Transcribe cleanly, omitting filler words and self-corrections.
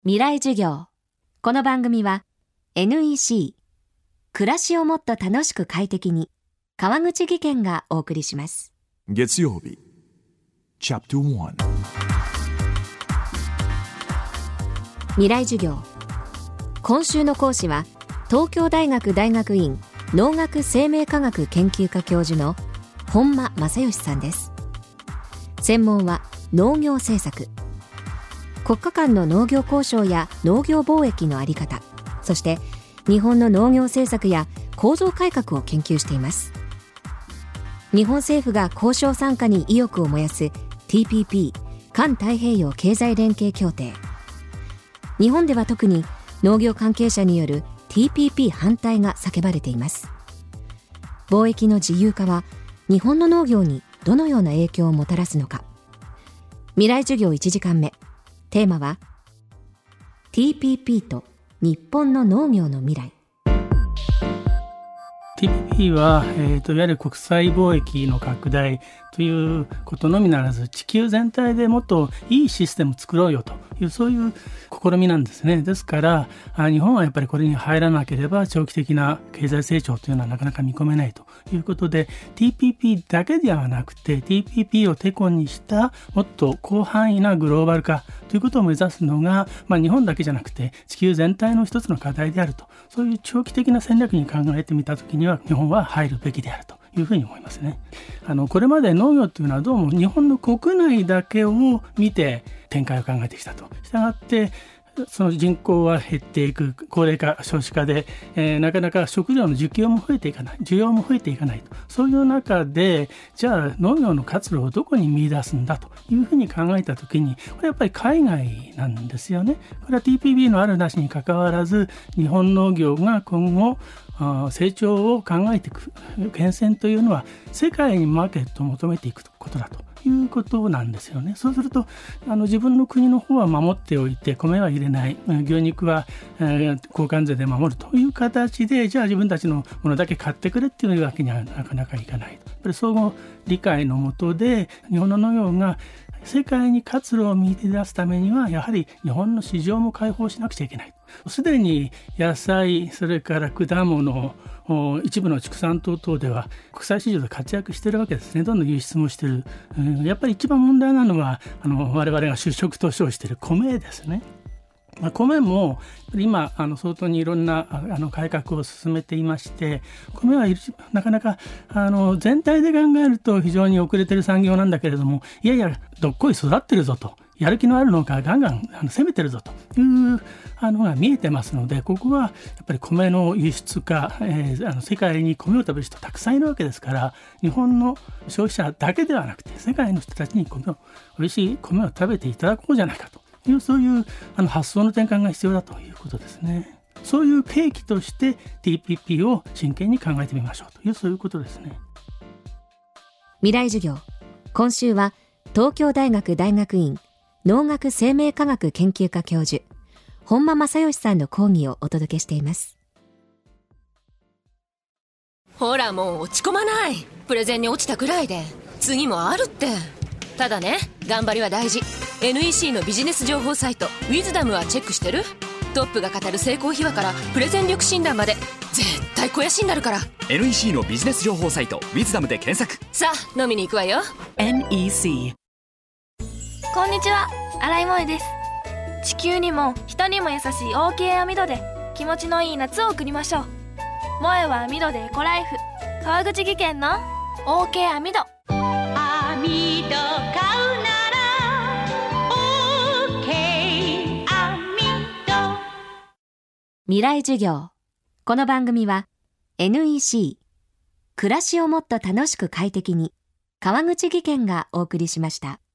未来授業。この番組は NEC 暮らしをもっと楽しく快適に川口義賢がお送りします。 月曜日 Chapter 1 未来授業。今週の講師は東京大学大学院農学生命科学研究科教授の本間正義さんです。専門は農業政策、国家間の農業交渉や農業貿易の在り方、そして日本の農業政策や構造改革を研究しています。日本政府が交渉参加に意欲を燃やす TPP 環太平洋経済連携協定。日本では特に農業関係者による TPP 反対が叫ばれています。貿易の自由化は日本の農業にどのような影響をもたらすのか。未来授業1時間目、テーマは TPP と日本の農業の未来。 TPP は、いわゆる国際貿易の拡大ということのみならず、地球全体でもっといいシステムを作ろうよという、そういう試みなんですね。ですから日本はやっぱりこれに入らなければ長期的な経済成長というのはなかなか見込めないということで、 TPP だけではなくて TPP をテコにしたもっと広範囲なグローバル化ということを目指すのが、日本だけじゃなくて地球全体の一つの課題であると、そういう長期的な戦略に考えてみたときには日本は入るべきであるというふうに思いますね。これまで農業というのはどうも日本の国内だけを見て展開を考えてきたと。したがってその人口は減っていく、高齢化少子化で、なかなか食料の需給も増えていかない、需要も増えていかないと、そういう中でじゃあ農業の活路をどこに見出すんだというふうに考えたときに、これやっぱり海外なんですよね。これは TPP のあるなしにかかわらず、日本農業が今後成長を考えていく源泉というのは世界にマーケットを求めていくことだということなんですよね。そうすると自分の国の方は守っておいて、米は入れない、牛肉は、交換税で守るという形で、じゃあ自分たちのものだけ買ってくれっていうわけにはなかなかいかない。やっぱり相互理解のもとで日本の農業が世界に活路を見出すためには、やはり日本の市場も開放しなくちゃいけない。すでに野菜、それから果物、一部の畜産等々では国際市場で活躍しているわけですね。どんどん輸出もしている。やっぱり一番問題なのは我々が主食と称している米ですね。米も今相当にいろんな改革を進めていまして、米はなかなか全体で考えると非常に遅れている産業なんだけれども、いやいやどっこい育ってるぞと、やる気のある農家がガンガン攻めてるぞというのが見えてますので、ここはやっぱり米の輸出化、世界に米を食べる人たくさんいるわけですから、日本の消費者だけではなくて世界の人たちに美味しい米を食べていただこうじゃないかという、そういう発想の転換が必要だということですね。そういう契機として TPP を真剣に考えてみましょうという、そういうことですね。 未来授業。今週は東京大学大学院農学生命科学研究科教授本間正義さんの講義をお届けしています。 ほらもう落ち込まない。プレゼンに落ちたくらいで次もあるって。ただね、頑張りは大事。 NEC のビジネス情報サイトウィズダムはチェックしてる？トップが語る成功秘話からプレゼン力診断まで絶対肥やしになるから。 NEC のビジネス情報サイトウィズダムで検索。 さあ飲みに行くわよ。 NEC。 こんにちは、新井萌です。地球にも人にも優しい OK 網戸で気持ちのいい夏を送りましょう。萌えは網戸でエコライフ。川口技研の OK 網戸。 網戸買うなら OK 網戸。 未来授業。この番組は NEC 暮らしをもっと楽しく快適に川口技研がお送りしました。